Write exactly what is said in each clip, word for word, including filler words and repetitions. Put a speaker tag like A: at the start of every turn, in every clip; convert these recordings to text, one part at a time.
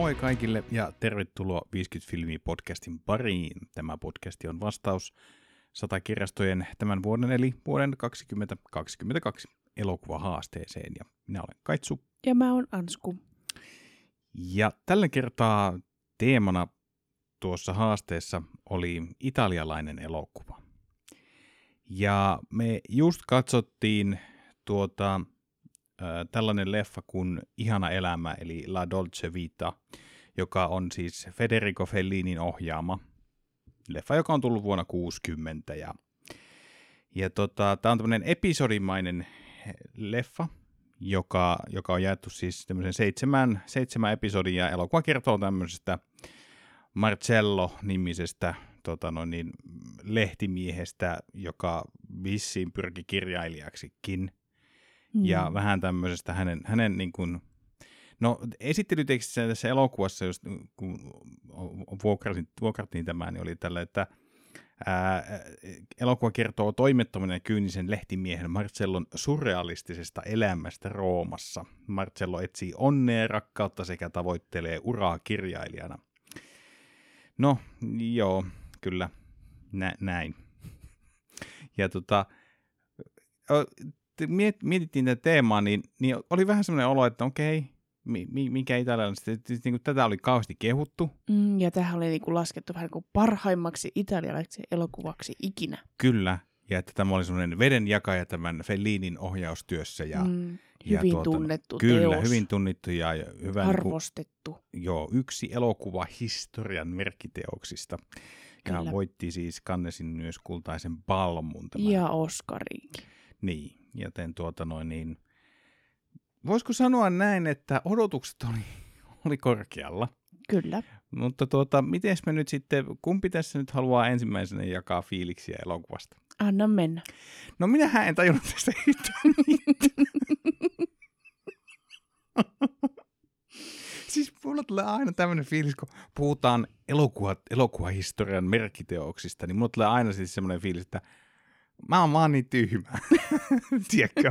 A: Moi kaikille ja tervetuloa viisikymmentä filmiä podcastin pariin. Tämä podcasti on vastaus sata kirjastojen tämän vuoden eli vuoden kaksituhattakaksikymmentäkaksi elokuvahaasteeseen. Ja minä olen Kaitsu.
B: Ja mä oon Ansku.
A: Ja tällä kertaa teemana tuossa haasteessa oli italialainen elokuva. Ja me just katsottiin tuota... tällainen leffa kuin Ihana elämä, eli La Dolce Vita, joka on siis Federico Fellinin ohjaama leffa, joka on tullut vuonna kuusikymmentä. Ja, ja tota, tämä on tämmöinen episodimainen leffa, joka, joka on jaettu siis tämmöisen seitsemän, seitsemän episodin, ja elokuva kertoo tämmöisestä Marcello-nimisestä tota noin niin, lehtimiehestä, joka vissiin pyrki kirjailijaksikin. Ja mm. vähän tämmöisestä hänen, hänen niin kuin, no esittelytekstissä tässä elokuvassa, just kun vuokratin, vuokrattiin tämä, niin oli tällä, että ää, elokuva kertoo toimettominen ja kyynisen lehtimiehen Marcellon surrealistisesta elämästä Roomassa. Marcello etsii onnea ja rakkautta sekä tavoittelee uraa kirjailijana. No, joo, kyllä, nä, näin. Ja tota... mietittiin tätä teemaa, niin, niin oli vähän semmoinen olo, että okei, mikä italialainen, niin tätä oli kauheasti kehuttu.
B: Mm, ja tämähän oli niin kuin laskettu vähän kuin parhaimmaksi italialaiseksi elokuvaksi ikinä.
A: Kyllä, ja että tämä oli semmoinen vedenjakaja tämän Fellinin ohjaustyössä. Ja,
B: mm,
A: ja
B: hyvin
A: tuota,
B: tunnettu
A: kyllä,
B: teos.
A: Kyllä, hyvin tunnettu ja hyvä.
B: Arvostettu.
A: Niin kuin, joo, yksi elokuvahistorian merkkiteoksista. Kyllä. Ja voitti siis Cannesin myös kultaisen palmun. Tämän.
B: Ja Oscarinkin.
A: Niin, joten tuota noin niin, voisiko sanoa näin, että odotukset oli, oli korkealla.
B: Kyllä.
A: Mutta tuota, miten me nyt sitten, kumpi tässä nyt haluaa ensimmäisenä jakaa fiiliksiä elokuvasta?
B: Anna mennä.
A: No minähän en tajunnut tästä yhtään mitään. Siis mulla tulee aina tämmöinen fiilis, kun puhutaan elokuva, elokuvahistorian merkkiteoksista, niin mulla tulee aina siis semmoinen fiilis, että mä oon vaan niin tyhmä. Tiedätkö?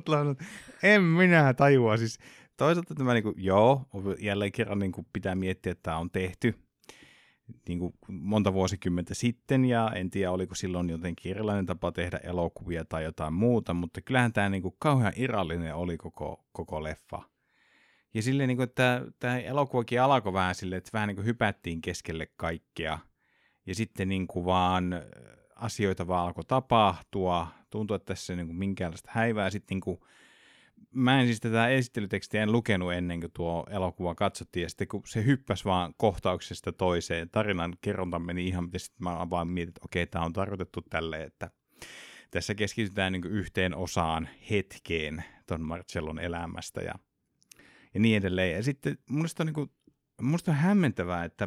A: En minä tajua. Siis toisaalta tämä niinku, joo, jälleen kerran niinku pitää miettiä, että tämä on tehty niinku monta vuosikymmentä sitten, ja en tiedä, oliko silloin jotenkin erilainen tapa tehdä elokuvia tai jotain muuta, mutta kyllähän tämä niinku kauhean irrallinen oli koko, koko leffa. Ja silleen, niinku, että tämä elokuvakin alkoi vähän silleen, että vähän niinku hypättiin keskelle kaikkea, ja sitten niinku vaan... asioita vaan alkoi tapahtua, tuntui, että tässä ei niin kuin minkäänlaista häivää. Sitten niin kuin, mä en siis tätä esittelytekstiä en lukenut ennen kuin tuo elokuva katsottiin, ja sitten kun se hyppäsi vaan kohtauksesta toiseen, tarinan kerronta meni ihan, ja sitten mä vaan mietin, että okei, tämä on tarkoitettu tälleen, että tässä keskitytään niin kuin yhteen osaan hetkeen ton Marcellon elämästä ja, ja niin edelleen. Ja sitten musta on, niin kuin, musta on hämmentävää, että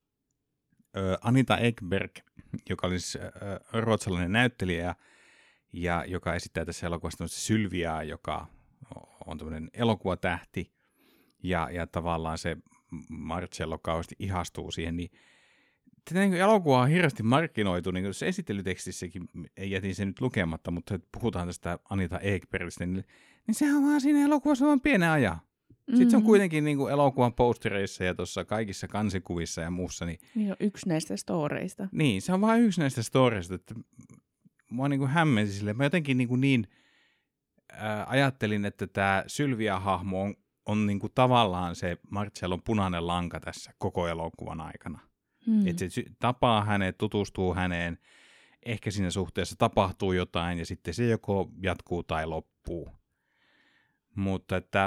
A: Anita Ekberg, joka oli siis ruotsalainen näyttelijä ja joka esittää tässä elokuvassa Sylviaa, joka on tämmöinen elokuvatähti ja, ja tavallaan se Marcello kauheasti ihastuu siihen, niin tätä niin elokuvaa on hirveästi markkinoitu, niin kuin se esittelytekstissäkin, jätin sen nyt lukematta, mutta puhutaan tästä Anita Ekbergistä, niin, niin sehän on vaan siinä elokuvassa vaan pienen ajan. Sitten mm-hmm. se on kuitenkin niin kuin elokuvan postereissa ja tuossa kaikissa kansikuvissa ja muussa. Niin,
B: niin on yksi näistä storeista.
A: Niin, se on vain yksi näistä storeista. Että mua niin kuin hämmensi silleen. Mä jotenkin niin, kuin niin ää, ajattelin, että tämä Sylvia-hahmo on, on niin kuin tavallaan se Marcellon punainen lanka tässä koko elokuvan aikana. Mm. Että se tapaa hänet, tutustuu häneen, ehkä siinä suhteessa tapahtuu jotain ja sitten se joko jatkuu tai loppuu. Mutta että...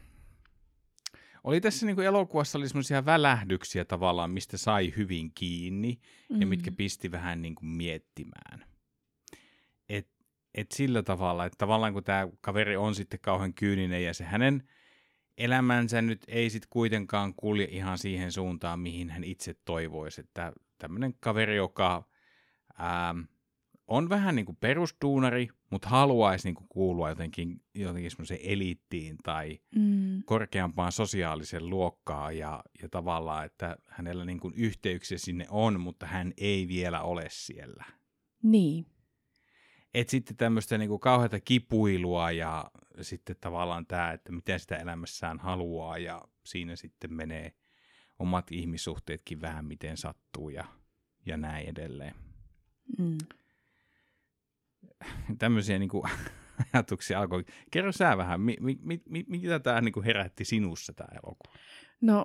A: Oli tässä niin kuin elokuvassa oli semmoisia välähdyksiä tavallaan, mistä sai hyvin kiinni mm-hmm. ja mitkä pisti vähän niin kuin miettimään. Et, et sillä tavalla, että tavallaan kun tämä kaveri on sitten kauhean kyyninen ja se hänen elämänsä nyt ei sitten kuitenkaan kulje ihan siihen suuntaan, mihin hän itse toivoisi. Että tämmöinen kaveri, joka ää, on vähän niin kuin perustuunari, mutta haluaisi niin kuin kuulua jotenkin, jotenkin semmoiseen eliittiin tai mm. korkeampaan sosiaalisen luokkaan ja, ja tavallaan, että hänellä niin kuin yhteyksiä sinne on, mutta hän ei vielä ole siellä.
B: Niin.
A: Että sitten tämmöistä niin kuin kauheata kipuilua ja sitten tavallaan tämä, että mitä sitä elämässään haluaa ja siinä sitten menee omat ihmissuhteetkin vähän miten sattuu ja, ja näin edelleen.
B: Mm.
A: Tämmöisiä niin kuin, ajatuksia alkoi. Kerro sä vähän, mi, mi, mi, mi, mitä tämä niin kuin herätti sinussa tämä elokuva?
B: No,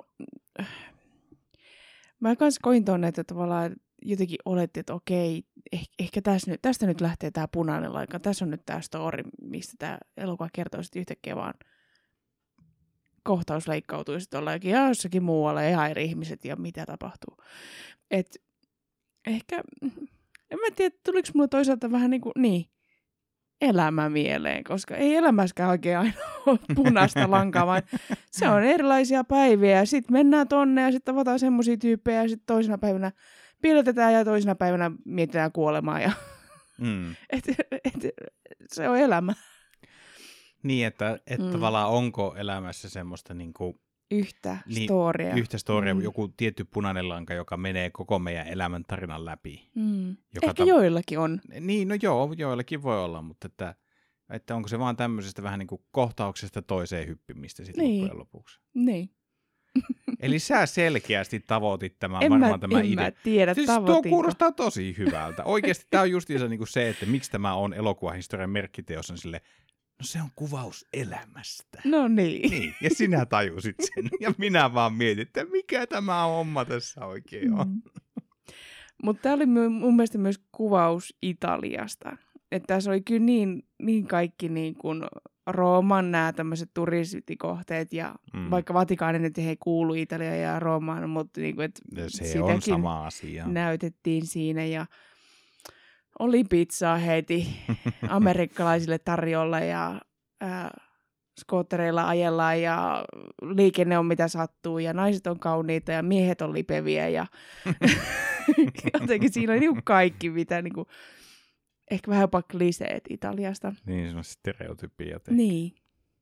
B: mä kans koin tuonne, että tavallaan jotenkin oletti, että okei, eh, ehkä tästä nyt, tästä nyt lähtee tämä punainen lanka. Tässä on nyt tämä story, mistä tämä elokuva kertoo sitten yhtäkkiä vaan kohtaus leikkautuu sitten ollaankin ja jossakin muualla ihan eri ihmiset ja mitä tapahtuu. Et ehkä, en mä tiedä, tuliko mulle toisaalta vähän niin kuin, niin, elämä mieleen, koska ei elämässäkään oikein aina ole punaista lankaa, vaan se on erilaisia päiviä ja sitten mennään tonne ja sitten tavataan semmoisia tyyppejä ja sitten toisena päivänä piilotetaan ja toisena päivänä mietitään kuolemaa ja
A: Mm.
B: et, et, se on elämä.
A: Niin, että et
B: Mm.
A: tavallaan onko elämässä semmoista niin kuin,
B: Yhtä
A: niin,
B: storia.
A: yhtä storia,
B: Mm.
A: joku tietty punainen lanka, joka menee koko meidän elämän tarinan läpi.
B: Mm.
A: Joka
B: Ehkä
A: ta-
B: joillakin on.
A: Niin, no joo, joillakin voi olla, mutta että, että onko se vaan tämmöisestä vähän niin kuin kohtauksesta toiseen hyppimistä sitten
B: Niin.
A: loppujen lopuksi.
B: Niin.
A: Eli sä selkeästi tavoitit tämän,
B: En
A: varmaan
B: mä,
A: tämä
B: en
A: idea.
B: mä tiedä,
A: Siis tuo
B: tavoitinko.
A: kuulostaa tosi hyvältä. Oikeasti tämä on justiinsa niin kuin se, että miksi tämä on elokuvahistorian merkkiteos on sille, no se on kuvaus elämästä.
B: No niin.
A: Niin, ja sinä tajusit sen. Ja minä vaan mietin, että mikä tämä homma tässä oikein on.
B: Mm. Mutta tämä oli mun mielestä myös kuvaus Italiasta. Että tässä oli kyllä niin, niin kaikki niin kuin Rooman nämä tämmöiset turistikohteet ja
A: Mm.
B: vaikka Vatikaanin nyt ei kuulu Italiaan ja Roomaan, mutta niin kuin, että
A: Se
B: sitäkin
A: on sama asia.
B: näytettiin siinä ja oli pizzaa heti amerikkalaisille tarjolla ja äh, skoottereilla ajellaan ja liikenne on mitä sattuu ja naiset on kauniita ja miehet on lipeviä ja jotenkin siinä oli niinku kaikki mitä niinku, ehkä vähän jopa kliseet Italiasta.
A: Niin, se on stereotypia.
B: Niin.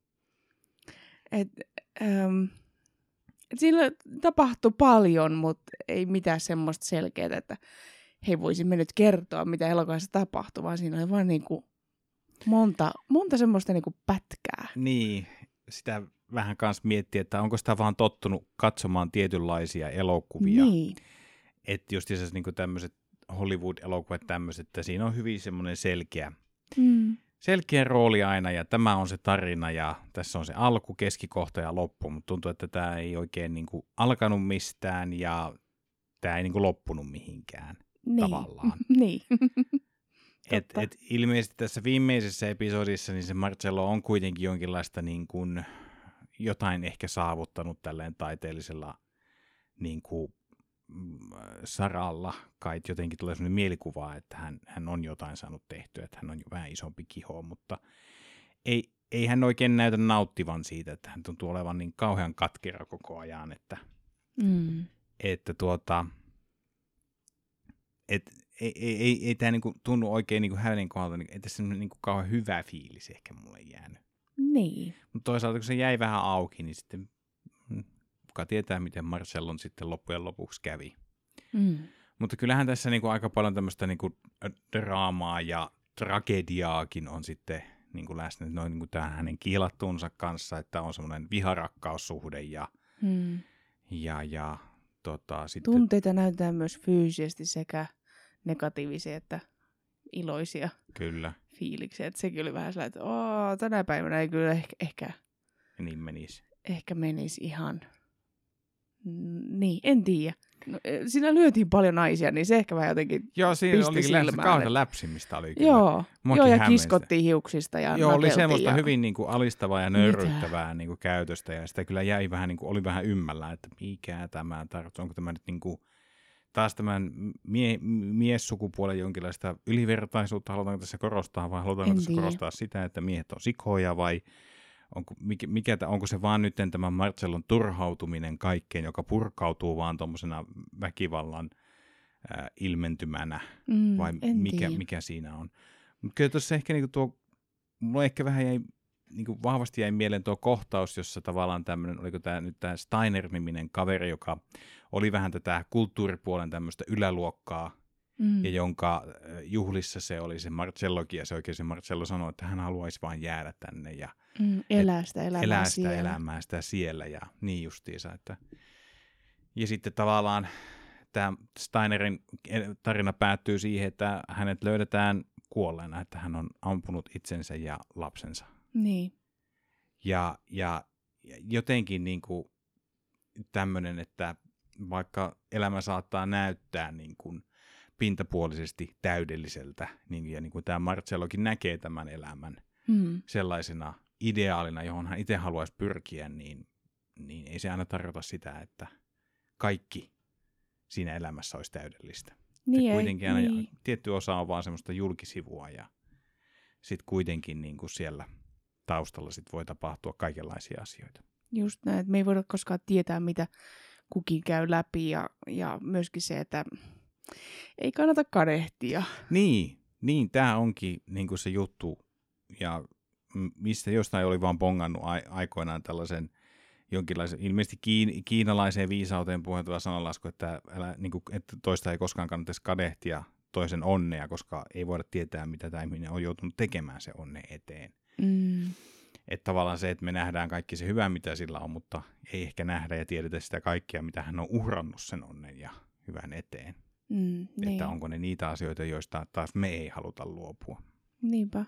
B: Et, ähm, et siinä tapahtui paljon, mutta ei mitään semmoista selkeää, että hei, voisimme nyt kertoa, mitä elokuvassa tapahtui, vaan siinä oli vaan niinku monta, monta semmoista niinku pätkää.
A: Niin, sitä vähän kanssa miettiä, että onko sitä vaan tottunut katsomaan tietynlaisia elokuvia.
B: Niin.
A: Että just niin tämmöiset Hollywood-elokuvat tämmöiset, että siinä on hyvin semmoinen selkeä,
B: Mm.
A: selkeä rooli aina ja tämä on se tarina ja tässä on se alku, keskikohta ja loppu, mutta tuntuu, että tämä ei oikein niin kuin alkanut mistään ja tämä ei niin kuin loppunut mihinkään
B: Niin.
A: tavallaan.
B: Niin.
A: Et,
B: Totta.
A: et ilmeisesti tässä viimeisessä episodissa niin se Marcello on kuitenkin jonkinlaista niin kuin jotain ehkä saavuttanut tälleen taiteellisella niin kuin, mm, saralla. Kai jotenkin tulee sellainen mielikuva, että hän, hän on jotain saanut tehtyä, että hän on vähän isompi kiho, mutta ei, ei hän oikein näytä nauttivan siitä, että hän tuntuu olevan niin kauhean katkera koko ajan, että,
B: Mm.
A: että tuota, et, ei, ei, ei, ei tämä niinku tunnu oikein niinku hänen kohdalta, ei tässä niinku kauhean hyvä fiilis ehkä mulle jäänyt.
B: Niin.
A: Mutta toisaalta kun se jäi vähän auki, niin sitten mm, kuka tietää, miten Marcellon sitten loppujen lopuksi kävi.
B: Mm.
A: Mutta kyllähän tässä niinku aika paljon tämmöistä niinku draamaa ja tragediaakin on sitten niinku läsnä. Noin niinku tähän hänen kiilattuunsa kanssa, että on semmoinen viharakkaussuhde ja,
B: Mm.
A: ja, ja tota, sitten...
B: Tunteita näytetään myös fyysisesti sekä negatiivisia että iloisia
A: Kyllä,
B: fiiliksiä. Et sekin oli vähän sellainen, että Oo, tänä päivänä ei kyllä ehkä, ehkä,
A: niin menisi.
B: ehkä menisi ihan... Mm, niin, en tiedä. No, eh, siinä lyötiin paljon naisia, niin se ehkä vähän jotenkin...
A: Joo, siinä
B: pisti
A: oli läps,
B: silmään,
A: kauheita
B: että-
A: läpsimistä oli kyllä.
B: Joo,
A: Muakin
B: joo ja
A: hämmensi.
B: kiskottiin hiuksista ja
A: Joo, oli
B: nakeltiin
A: semmoista
B: ja...
A: hyvin niin kuin alistavaa ja nöyryttävää niin kuin käytöstä, ja sitä kyllä jäi vähän, niin kuin, oli vähän ymmällä, että mikä tämä tarkoittaa, onko tämä nyt niin kuin, taas tämän mie- miessukupuolen jonkinlaista ylivertaisuutta, halutaanko tässä korostaa, vai halutaanko
B: En
A: tässä
B: tiedä.
A: korostaa sitä, että miehet on sikoja, vai onko, mikä, mikä, onko se vaan nyt tämä Marcellon turhautuminen kaikkeen, joka purkautuu vaan tuommoisena väkivallan äh, ilmentymänä,
B: Mm,
A: vai
B: en
A: mikä,
B: tiedä.
A: mikä siinä on. Mutta kyllä tuossa ehkä niinku tuo, mulla ehkä vähän jäi, niinku vahvasti jäi mieleen tuo kohtaus, jossa tavallaan tämmöinen, oliko tämä nyt tämä Steiner-niminen kaveri, joka oli vähän tätä kulttuuripuolen tämmöistä yläluokkaa,
B: Mm.
A: ja jonka äh, juhlissa se oli se Marcellokin, ja se oikein se Marcello sanoi, että hän haluaisi vain jäädä tänne ja
B: Mm, elää sitä elämää
A: elää sitä
B: siellä.
A: elämää sitä siellä, ja niin justiinsa, että Ja sitten tavallaan tämä Steinerin tarina päättyy siihen, että hänet löydetään kuolleena, että hän on ampunut itsensä ja lapsensa.
B: Niin.
A: Ja, ja, ja jotenkin niin kuin tämmöinen, että vaikka elämä saattaa näyttää niin kuin pintapuolisesti täydelliseltä, niin, ja niin kuin tämä Marcellokin näkee tämän elämän
B: Mm.
A: sellaisena ideaalina, johon hän itse haluaisi pyrkiä, niin, niin ei se aina tarkoita sitä, että kaikki siinä elämässä olisi täydellistä.
B: Niin,
A: kuitenkin
B: ei,
A: aina
B: niin.
A: tietty osa on vaan semmoista julkisivua, ja sitten kuitenkin niin kuin siellä taustalla sit voi tapahtua kaikenlaisia asioita.
B: Just näin, että me ei voida koskaan tietää, mitä kukin käy läpi, ja, ja myöskin se, että ei kannata kadehtia.
A: Niin, niin tämä onkin niin kuin se juttu, ja mistä jostain oli vaan pongannut a- aikoinaan tällaisen jonkinlaisen, ilmeisesti kiin, kiinalaiseen viisauteen puheentuva sananlasku, että, älä, niin kuin, että toista ei koskaan kannattaisi kadehtia toisen onnea, koska ei voida tietää, mitä tämä ihminen on joutunut tekemään se onne eteen.
B: Mm.
A: Että tavallaan se, että me nähdään kaikki se hyvä, mitä sillä on, mutta ei ehkä nähdä ja tiedetä sitä kaikkea, mitä hän on uhrannut sen onnen ja hyvän eteen.
B: Mm,
A: että
B: niin.
A: onko ne niitä asioita, joista taas me ei haluta luopua.
B: Niinpä.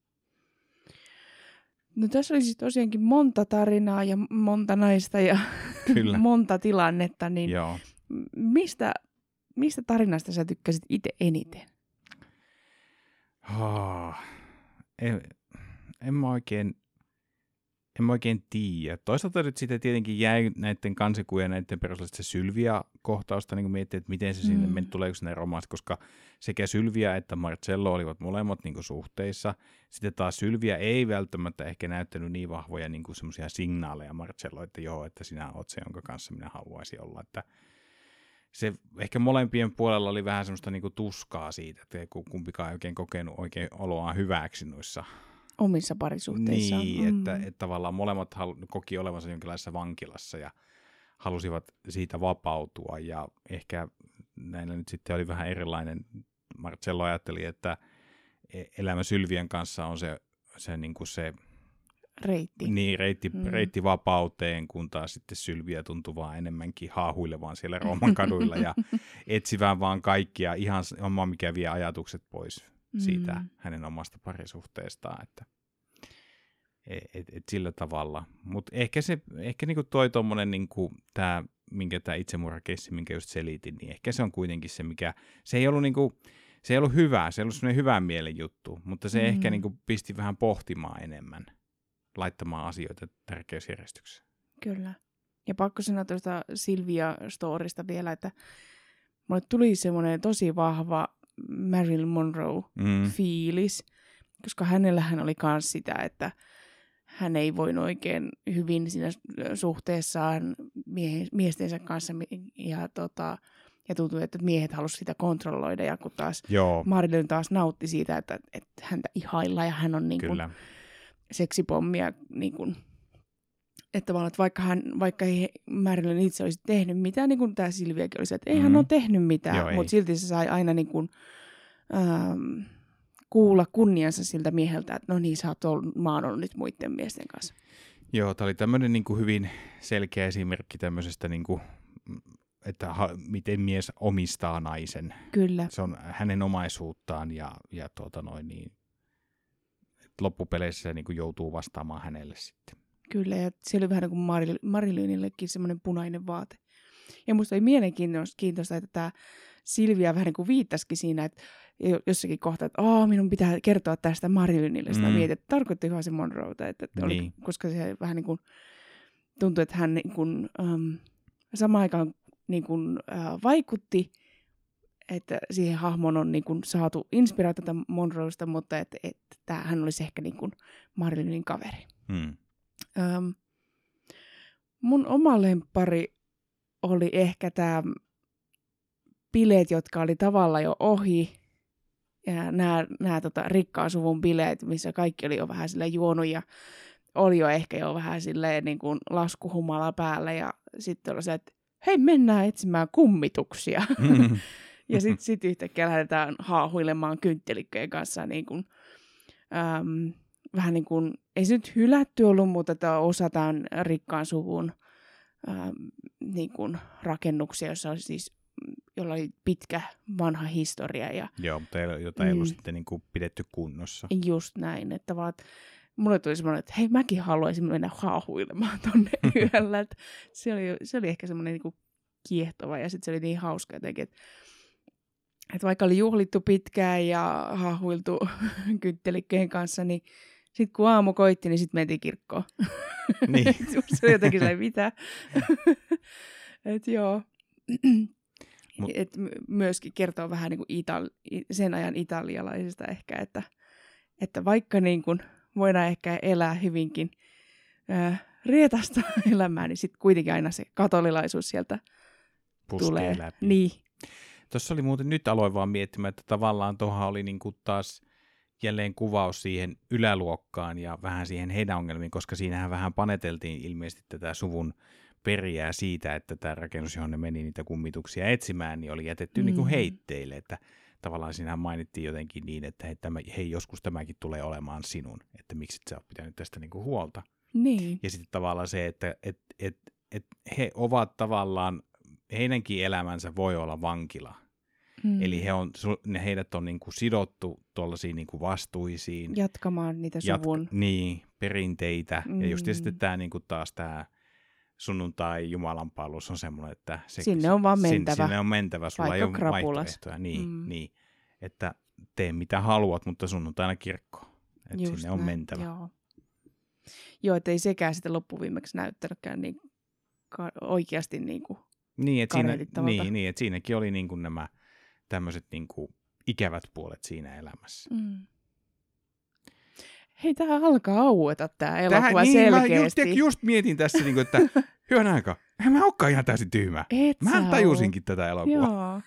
B: No tässä oli siis tosiaankin monta tarinaa ja monta naista ja
A: Kyllä.
B: monta tilannetta, niin
A: Joo.
B: mistä, mistä tarinasta sä tykkäsit itse eniten?
A: Oh, en, en mä oikein, en mä oikein tiedä. Toisaalta nyt sitten tietenkin jäi näiden kansikujen ja näiden perusteella se Sylvia-kohtausta niin miettiä, että miten se
B: Mm.
A: sinne meni, tuleeko sinne romaansi, koska sekä Sylvia että Marcello olivat molemmat niin kuin suhteissa. Sitten taas Sylvia ei välttämättä ehkä näyttänyt niin vahvoja niin kuin semmoisia signaaleja Marcello, että joo, että sinä oot se, jonka kanssa minä haluaisin olla. Että se ehkä molempien puolella oli vähän semmoista niin kuin tuskaa siitä, että kumpikaan ei oikein kokenut oikein oloaan hyväksi noissa.
B: Omissa parisuhteissaan.
A: Niin,
B: Mm.
A: että, että tavallaan molemmat halu- koki olevansa jonkinlaisessa vankilassa ja halusivat siitä vapautua, ja ehkä näillä nyt sitten oli vähän erilainen. Marcello ajatteli, että elämä Sylvien kanssa on se, se, niin kuin se
B: Reitti.
A: niin, reitti,
B: Mm.
A: reitti vapauteen, kun taas sitten Sylviä tuntui vaan enemmänkin haahuilevan siellä Rooman kaduilla ja etsivään vaan kaikkia, ihan oma mikä vie ajatukset pois siitä
B: Mm.
A: hänen omasta parisuhteestaan, että et, et, et sillä tavalla. Mutta ehkä se, ehkä niinku toi tommonen niinku tää, minkä tää itsemurhakeissi, minkä just selitin, niin ehkä se on kuitenkin se, mikä, se ei ollut niinku, se ei ollut hyvä, se ei ollut semmoinen hyvän mielen juttu, mutta se
B: Mm.
A: ehkä niinku pisti vähän pohtimaan enemmän, laittamaan asioita tärkeysjärjestykseen.
B: Kyllä. Ja pakko sanoa tuosta Sylvia-storista vielä, että mulle tuli semmoinen tosi vahva Marilyn Monroe-fiilis,
A: Mm.
B: koska hänellähän oli myös sitä, että hän ei voinut oikein hyvin siinä suhteessaan mie- miestensä kanssa ja, tota, ja tuntui, että miehet halusivat sitä kontrolloida, ja kun taas
A: Joo,
B: Marilyn taas nautti siitä, että, että häntä ihaillaan ja hän on niin kuin
A: kyllä.
B: seksipommia, niin kuin, että tavallaan, että vaikka, hän, vaikka ei Marilyn itse olisi tehnyt mitään, niin kuin tämä Silviakin olisi, että ei
A: Mm.
B: hän ole tehnyt mitään,
A: Joo, ei.
B: mutta silti se sai aina niin kuin, ähm, kuulla kunniansa siltä mieheltä, että no niin, sä oot ollut, mä oon ollut nyt muiden miesten kanssa.
A: Joo, tämä oli tämmöinen niin kuin hyvin selkeä esimerkki tämmöisestä, niin kuin, että ha, miten mies omistaa naisen.
B: Kyllä,
A: Se on hänen omaisuuttaan, ja, ja tuota noin, niin, loppupeleissä se niin kuin joutuu vastaamaan hänelle sitten.
B: kyllä, ja se oli vähän niin kuin Maril- Marilynillekin semmoinen punainen vaate. Ja musta oli mielenkiintoista, että tämä Silvia vähän niin kuin viittasikin siinä, että jossakin kohtaa, että Aa, minun pitää kertoa tästä Marilynille. Sitä
A: Mm.
B: mietin, että tarkoittikohan se Monroeta, että, että oli,
A: Niin.
B: koska se vähän niin kuin tuntui, että hän niin kuin, um, samaan aikaan niin kuin, uh, vaikutti, että siihen hahmoon on niin kuin saatu inspiraatiota Monroesta, mutta että, että hän olisi ehkä niin kuin Marilynin kaveri.
A: Hmm.
B: Um, mun oma lemppari oli ehkä tämä bileet, jotka oli tavallaan jo ohi. Ja nämä, nämä tota, rikkaan suvun bileet, missä kaikki oli jo vähän silleen juonut ja oli jo ehkä jo vähän silleen niin kuin laskuhumala päällä. Ja sitten oli se, että hei, mennään etsimään kummituksia.
A: Mm.
B: Ja sitten sit yhtäkkiä lähdetään haahuilemaan kynttilikköjen kanssa niin kuin, äm, vähän niin kuin, ei se nyt hylätty ollut, mutta tämä osa tämän rikkaan suvun ää, niin kuin rakennuksia, jossa oli siis, jolla oli pitkä vanha historia. Ja,
A: Joo, mutta ei, jota ei ollut
B: mm,
A: sitten niin kuin pidetty kunnossa.
B: just näin, että vaan, mulle tuli semmoinen, että hei, mäkin haluaisin mennä haahuilemaan tonne yöllä. Että se, oli, se oli ehkä semmoinen niin kuin kiehtova ja sitten se oli niin hauska jotenkin, että, että vaikka oli juhlittu pitkään ja haahuiltu kynttelikköjen kanssa, niin sitten kun aamu koitti, niin sitten mentiin kirkkoon.
A: Niin.
B: Se oli jotenkin sellainen mitä. Että joo.
A: Mut,
B: Et myöskin kertoo vähän niin kuin itali- sen ajan italialaisista ehkä, että, että vaikka niin kuin voidaan ehkä elää hyvinkin ää, rietasta elämää, niin sitten kuitenkin aina se katolilaisuus sieltä
A: puskee
B: tulee.
A: läpi.
B: Niin.
A: Tuossa oli muuten, nyt aloin vaan miettimään, että tavallaan tuohan oli niin kuin taas jälleen kuvaus siihen yläluokkaan ja vähän siihen heidän ongelmiin, koska siinähän vähän paneteltiin ilmeisesti tätä suvun perijää siitä, että tämä rakennus, johon ne meni niitä kummituksia etsimään, niin oli jätetty mm. niin kuin heitteille, että tavallaan siinähän mainittiin jotenkin niin, että hei, tämä, hei joskus tämäkin tulee olemaan sinun, että miksi et sä oot pitänyt tästä niin kuin huolta.
B: Niin.
A: Ja sitten tavallaan se, että et, et, et he ovat tavallaan, heidänkin elämänsä voi olla vankila. Mm. Eli he on, ne heidät on niin kuin sidottu tuollaisiin niin kuin vastuisiin.
B: Jatkamaan niitä suvun.
A: Jatka, niin, perinteitä. Mm. Ja just sitten tämä niin kuin taas tämä sunnuntai jumalanpalvelus on semmoinen, että se,
B: sinne on vaan mentävä.
A: Sinne, sinne on mentävä, sulla
B: vaikka
A: ei
B: krapulas.
A: ole vaihtoehtoja. Niin,
B: mm.
A: niin, että tee mitä haluat, mutta sunnuntaina kirkkoon. Että sinne on
B: näin,
A: mentävä.
B: Joo, joo että ei sekään sitten loppuviimeksi näyttänytkään niin ka- oikeasti niin kuin
A: niin, että siinä, niin, niin, että siinäkin oli niin kuin nämä tämmöiset niin kuin ikävät puolet siinä elämässä.
B: Mm. Hei, tähän alkaa aueta tämä elokuva
A: tähän, niin,
B: selkeästi.
A: Mä just, just mietin tässä, niin kuin, että hyvän aika, eihän mä olekaan ihan täysin tyhmä.
B: Et
A: mä tajusinkin ole. Tätä elokuvaa.
B: Joo.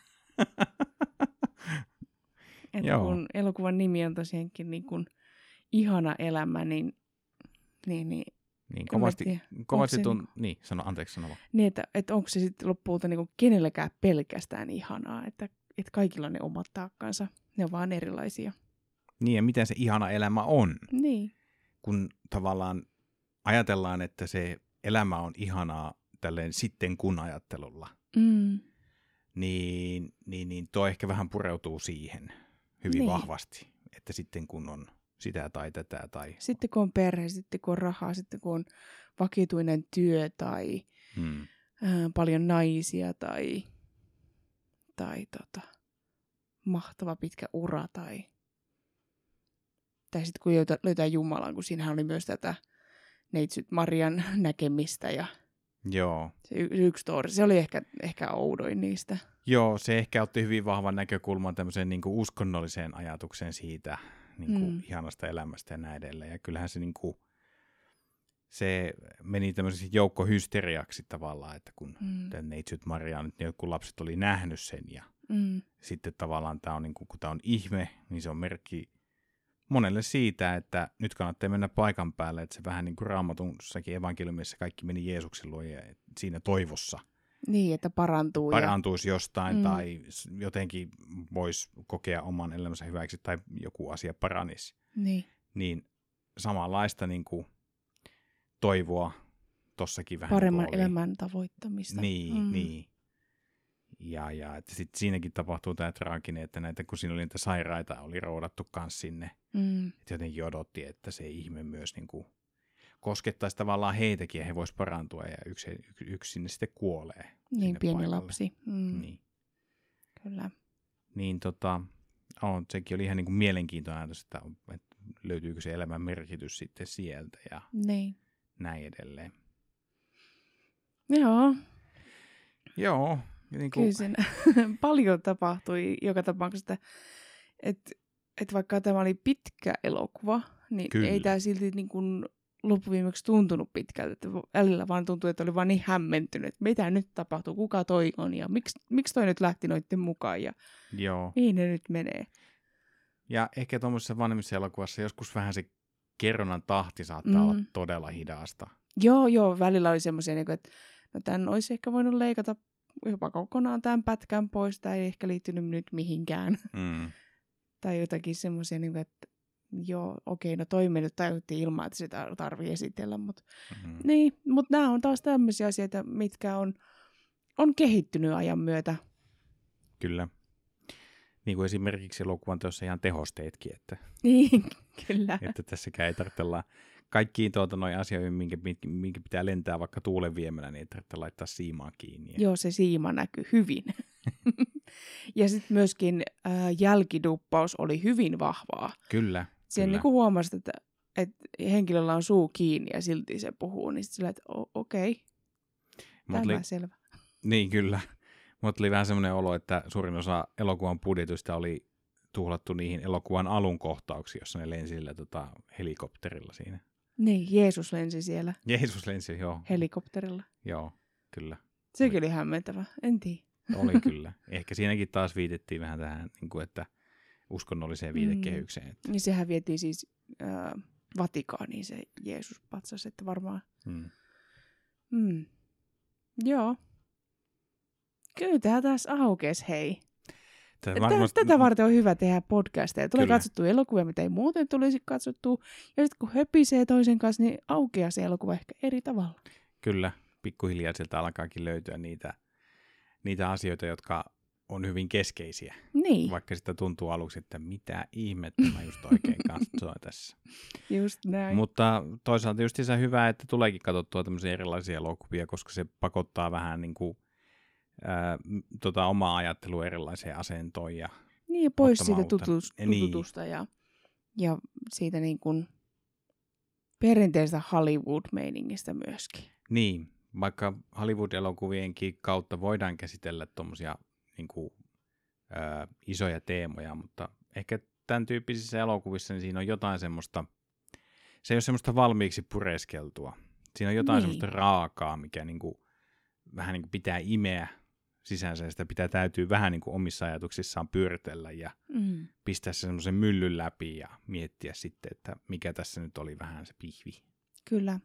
B: Että
A: Joo.
B: kun elokuvan nimi on tosiaankin niin kuin ihana elämä, niin... niin, niin
A: Niin, kovasti, kovasti tuon, se, niin, sano, anteeksi sano vaan.
B: Niin, että, että onko se sitten lopulta niin kuin kenelläkään pelkästään ihanaa, että, että kaikilla on ne omat taakkansa, ne on vaan erilaisia.
A: Niin, ja miten se ihana elämä on.
B: Niin.
A: Kun tavallaan ajatellaan, että se elämä on ihanaa tälleen sitten kun ajattelulla,
B: mm.
A: niin, niin, niin tuo ehkä vähän pureutuu siihen hyvin niin. vahvasti, että sitten kun on sitä tai tätä. Tai...
B: Sitten kun on perhe, sitten kun on rahaa, sitten kun on vakituinen työ tai hmm. ää, paljon naisia tai, tai tota, mahtava pitkä ura tai, tai sitten kun löytää Jumalan, kun siinähän oli myös tätä neitsyt Marian näkemistä ja
A: Joo.
B: se y- yksi toori, se oli ehkä, ehkä oudoin niistä.
A: Joo, se ehkä otti hyvin vahvan näkökulman tämmöiseen niin kuin uskonnolliseen ajatukseen siitä, niin kuin mm. ihanasta elämästä ja näin edelleen. Ja kyllähän se, niin kuin, se meni tämmöiseksi joukkohysteriaksi tavallaan, että kun mm. tämän neitsyt Maria, nyt joku lapset oli nähnyt sen ja mm. sitten tavallaan tämä on, niin kuin, kun tämä on ihme, niin se on merkki monelle siitä, että nyt kannattaa mennä paikan päälle, että se vähän niin kuin Raamatussakin evankeliumissa kaikki meni Jeesuksen luo ja siinä toivossa.
B: Niin, että parantuu.
A: Parantuisi ja... jostain mm. tai jotenkin voisi kokea oman elämänsä hyväksi tai joku asia paranisi.
B: Niin.
A: Niin samanlaista niin kuin toivoa tossakin vähän.
B: Paremman niin elämän tavoittamista.
A: Niin, mm. niin. Ja, ja että sitten siinäkin tapahtuu tämä traaginen, että näitä, kun siinä oli niitä sairaita, oli roudattu kanssa sinne. Mm. Että jotenkin odotti, että se ihme myös niin kuin koskettaisi tavallaan heitäkin ja he vois parantua ja yksi, yksi, yksi sinne sitten kuolee.
B: Niin, pieni
A: paikalle.
B: lapsi. Mm.
A: Niin.
B: Kyllä.
A: Niin tota, on, sekin oli ihan niin kuin mielenkiintoinen ajatus, että, että löytyykö se elämän merkitys sitten sieltä ja
B: niin.
A: näin edelleen.
B: Joo.
A: Joo. Niin kuin...
B: Kyllä siinä paljon tapahtui joka tapauksessa, että et vaikka tämä oli pitkä elokuva, niin Kyllä. ei tämä silti niin kuin loppuviimeksi tuntunut pitkältä. Että välillä vaan tuntui, että oli vaan niin hämmentynyt, että mitä nyt tapahtuu, kuka toi on ja miksi, miksi toi nyt lähti noitten mukaan ja
A: Joo.
B: mihin ne nyt menee.
A: Ja ehkä tuommoisessa vanhemmissa elokuvassa joskus vähän se kerronnan tahti saattaa mm. olla todella hidasta.
B: Joo, joo, välillä oli semmoisia, että no tämän olisi ehkä voinut leikata jopa kokonaan tämän pätkän pois, tai ei ehkä liittynyt nyt mihinkään. Mm. Tai jotakin semmoisia, että joo, okei, no toi me nyt tajuttiin ilman, että sitä tarvii esitellä, mutta
A: Mm-hmm.
B: niin, mutta nämä on taas tämmöisiä asioita, mitkä on, on kehittynyt ajan myötä.
A: Kyllä. Niin kuin esimerkiksi elokuvan teossa ihan tehosteetkin, että,
B: Niin, kyllä.
A: että tässäkään ei tarvitse kaikkiin tuota noin asioihin, minkä, minkä pitää lentää vaikka tuulen viemällä, niin ei tarvitse laittaa siimaa kiinni.
B: Joo, se siima näkyy hyvin. Ja sitten myöskin äh, jälkiduppaus oli hyvin vahvaa.
A: Kyllä.
B: Sen
A: kyllä.
B: niin kuin huomasi, että, että henkilöllä on suu kiinni ja silti se puhuu, niin sitten sillä, että o- okei, okay, tämä
A: oli,
B: selvä.
A: Niin, kyllä. Mutta oli vähän semmoinen olo, että suurin osa elokuvan budjetista oli tuhlattu niihin elokuvan alun kohtauksiin, jossa ne lensi sillä tota, helikopterilla siinä.
B: Niin, Jeesus lensi siellä.
A: Jeesus lensi, joo.
B: Helikopterilla.
A: Joo, kyllä.
B: Sekin oli hämmentävä, en tiedä.
A: Oli kyllä. Ehkä siinäkin taas viitettiin vähän tähän, niin kuin, että uskonnolliseen viitekehykseen. Että...
B: Niin sehän vietiin siis äh, Vatikaaniin se Jeesus patsas, että varmaan.
A: Hmm.
B: Mm. Joo. Kyllä tämä taas aukesi, hei.
A: Tätä,
B: varmasti... Tätä varten on hyvä tehdä podcasteja. Tulee
A: Kyllä.
B: katsottua elokuvia, mitä ei muuten tulisi katsottua. Ja sitten kun höpisee toisen kanssa, niin aukeaa se elokuva ehkä eri tavalla.
A: Kyllä. Pikkuhiljaa sieltä alkaakin löytyä niitä, niitä asioita, jotka on hyvin keskeisiä.
B: Niin.
A: Vaikka sitä tuntuu aluksi, että mitä ihmettä mä just oikein katsoin tässä.
B: Just näin.
A: Mutta toisaalta just se hyvä, että tuleekin katsottua tämmöisiä erilaisia elokuvia, koska se pakottaa vähän niin kuin, ää, tota omaa ajattelua erilaiseen asentoon. Ja
B: niin, ja pois siitä
A: uutta.
B: tutus,
A: Niin.
B: tututusta ja, ja siitä niin kuin perinteistä Hollywood-meiningistä myöskin.
A: Niin, vaikka Hollywood-elokuvienkin kautta voidaan käsitellä tuommoisia niin kuin, ää, isoja teemoja, mutta ehkä tämän tyyppisissä elokuvissa niin siinä on jotain semmoista, se ei ole semmoista valmiiksi pureskeltua. Siinä on jotain
B: niin.
A: semmoista raakaa, mikä niin kuin, vähän niin kuin pitää imeä sisäänsä, ja sitä pitää täytyy vähän niin kuin omissa ajatuksissaan pyöritellä ja
B: Mm.
A: pistää se semmoisen myllyn läpi ja miettiä sitten, että mikä tässä nyt oli vähän se pihvi.
B: Kyllä.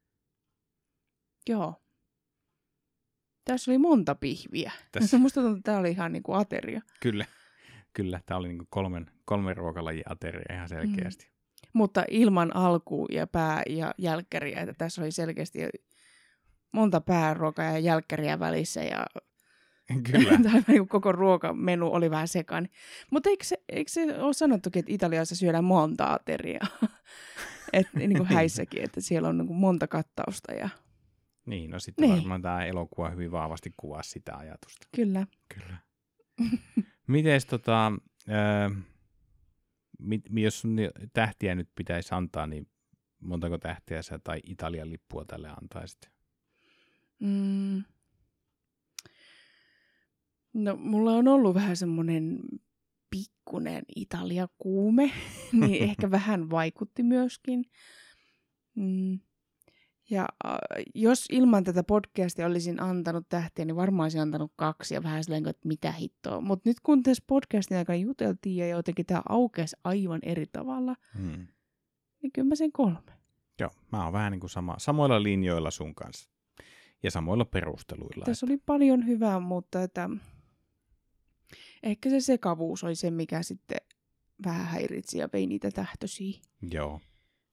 B: Joo. Tässä oli monta pihviä.
A: Tässä.
B: Musta tuntuu, että tämä oli ihan niin kuin ateria.
A: Kyllä, kyllä. Tämä oli niin kuin kolmen, kolmen ruokalajin ateria ihan selkeästi. Mm.
B: Mutta ilman alku- ja pää- ja jälkkäriä. Että tässä oli selkeästi monta pääruokaa ja jälkkäriä välissä. Ja
A: Kyllä.
B: niin koko ruokamenu oli vähän sekani. Mutta eikö se, eikö se ole sanottukin, että Italiassa syödään monta ateriaa? Et, niin kuin häissäkin, että siellä on niin kuin monta kattausta. Ja...
A: Niin, no sitten
B: niin.
A: varmaan tämä elokuva hyvin vahvasti kuvaa sitä ajatusta.
B: Kyllä.
A: Kyllä. Mites tota, äh, mit, jos sun tähtiä nyt pitäisi antaa, niin montako tähtiä sä tai Italian lippua tälle antaisit?
B: Mm. No, mulla on ollut vähän semmoinen pikkunen Italia-kuume, niin ehkä vähän vaikutti myöskin. Mm. Ja äh, jos ilman tätä podcastia olisin antanut tähtiä, niin varmaan olisin antanut kaksi ja vähän silleen, että mitä hittoa. Mutta nyt kun tässä podcastin aikana juteltiin ja jotenkin tämä aukesi aivan eri tavalla,
A: Hmm.
B: niin kyllä mä sen kolme.
A: Joo, mä oon vähän niin kuin sama, samoilla linjoilla sun kanssa ja samoilla perusteluilla.
B: Tässä oli paljon hyvää, mutta että ehkä se sekavuus oli se, mikä sitten vähän häiritsi ja vei niitä tähtöisiä.
A: Joo.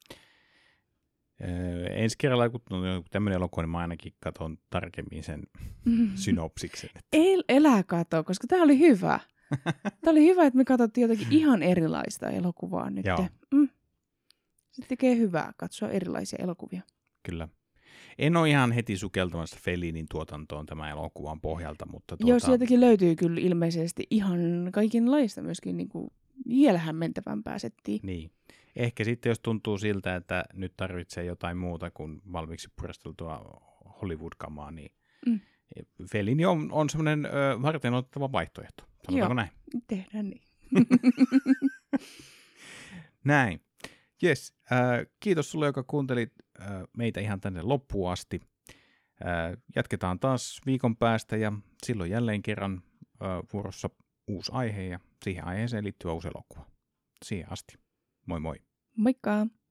A: Öö, ensi kerralla, kun on tämmöinen elokuva, niin mä ainakin katson tarkemmin sen synopsiksen.
B: El, elää katsoa, koska tämä oli hyvä. Tämä oli hyvä, että me katsottiin jotakin ihan erilaista elokuvaa nyt.
A: Joo.
B: Mm. Se tekee hyvää katsoa erilaisia elokuvia.
A: Kyllä. En ole ihan heti sukeltamassa Fellinin tuotantoon tämän elokuvan pohjalta, mutta tuota...
B: Joo, sieltäkin löytyy kyllä ilmeisesti ihan kaikenlaista myöskin niin kuin vielä hämmentävämpää settiä.
A: Niin. Ehkä sitten, jos tuntuu siltä, että nyt tarvitsee jotain muuta kuin valmiiksi puresteltua Hollywood-kamaa, niin mm. Fellini on, on semmoinen ö, varten otettava vaihtoehto. Sanotaanko
B: Joo,
A: näin?
B: Tehdään niin.
A: Näin. Jes, äh, kiitos sulle, joka kuuntelit äh, meitä ihan tänne loppuun asti. Äh, jatketaan taas viikon päästä ja silloin jälleen kerran äh, vuorossa uusi aihe ja siihen aiheeseen liittyvä uusi elokuva. Siihen asti. Moi moi.
B: Moikka!